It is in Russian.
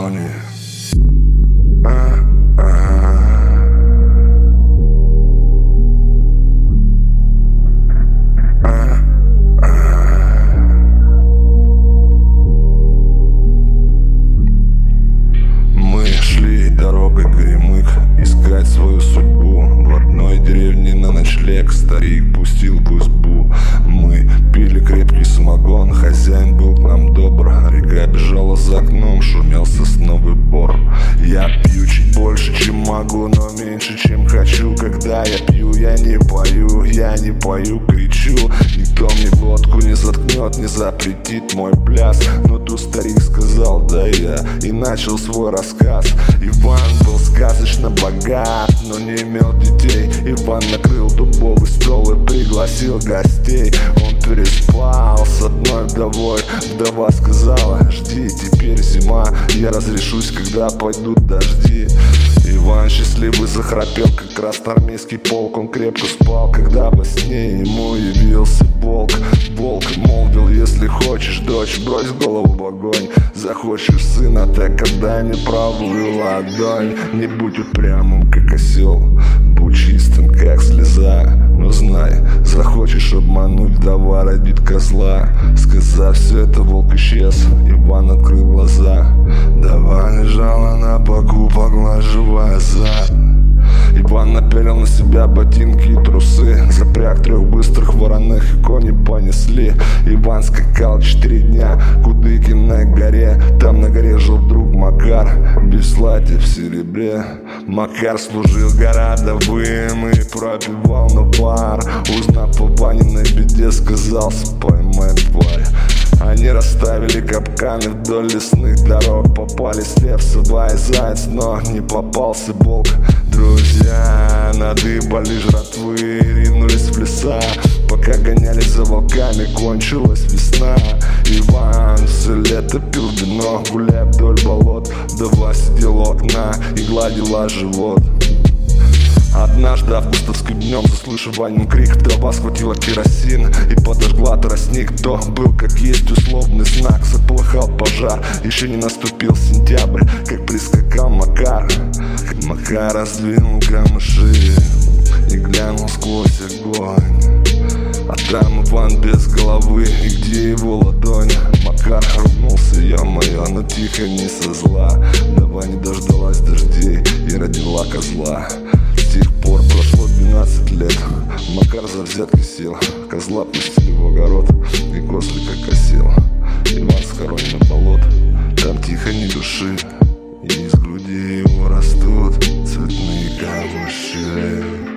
гармонии. Мы шли дорогой Горемык искать свою судьбу. В одной деревне на ночлег старик пустил в избу. Мы пили крепкий самогон, хозяин был к нам добр. Река бежала за окном, шумел сосновый бор. Я пью чуть больше, чем могу, но меньше, чем хочу. Когда я пью, я не пою, кричу. Никто мне водку не заткнет, не запретит мой пляс. Но тут старик сказал: да я, и начал свой рассказ. Иван был сказочно богат, но не имел детей. Иван накрыл дубовый стол и пригласил гостей. Он переспал с одной вдовой. Вдова сказала: жди, теперь зима, я разрешусь, когда пойдут дожди. Иван счастливый захрапел, как красноармейский полк. Он крепко спал, когда во сне ему явился волк. Волк молвил: если хочешь, дочь, брось голову в огонь. Захочешь сына, так отдай мне правую ладонь. Не будь упрямым, как осел, будь чистым, как слеза. Но знай, захочешь обмануть, вдова родит козла. Сказав все это, волк исчез. Иван открыл глаза. Вдова лежала на боку, поглаживая зад. Иван напялил на себя ботинки и трусы, запряг 3 быстрых вороных, и кони понесли. Иван скакал 4 дня к Кудыкиной горе. Там на горе жил друг Макар, без злати в серебре. Макар служил городовым и пропивал на бар. Узнав о Ваниной беде, сказал: поймай, тварь. Они расставили капканы вдоль лесных дорог. Попались лев, сова и заяц, но не попался волк. Друзья надыбали жратвы и ринулись в леса. Пока гонялись за волками, кончилась весна. Иван все лето пил вино, гуляя вдоль болот. Вдова сидела у окна и гладила живот. Однажды августовским днем, заслышав Ванин крик, вдова схватила керосин и подожгла тростник. То был, как есть, условный знак. Заполыхал пожар, еще не наступил сентябрь, как прискакал Макар. Макар раздвинул камыши и глянул сквозь огонь. А там Иван без головы, и где его ладонь? Макар ругнулся: ё-моё, но тихо, не со зла. Вдова не дождалась дождей и родила козла. С тех пор прошло 12 лет. Макар за взятки сел, козла пустили в огород, и кослика косил. Иван схоронен на болот, там тихо, ни души, и из груди его растут цветные камыши.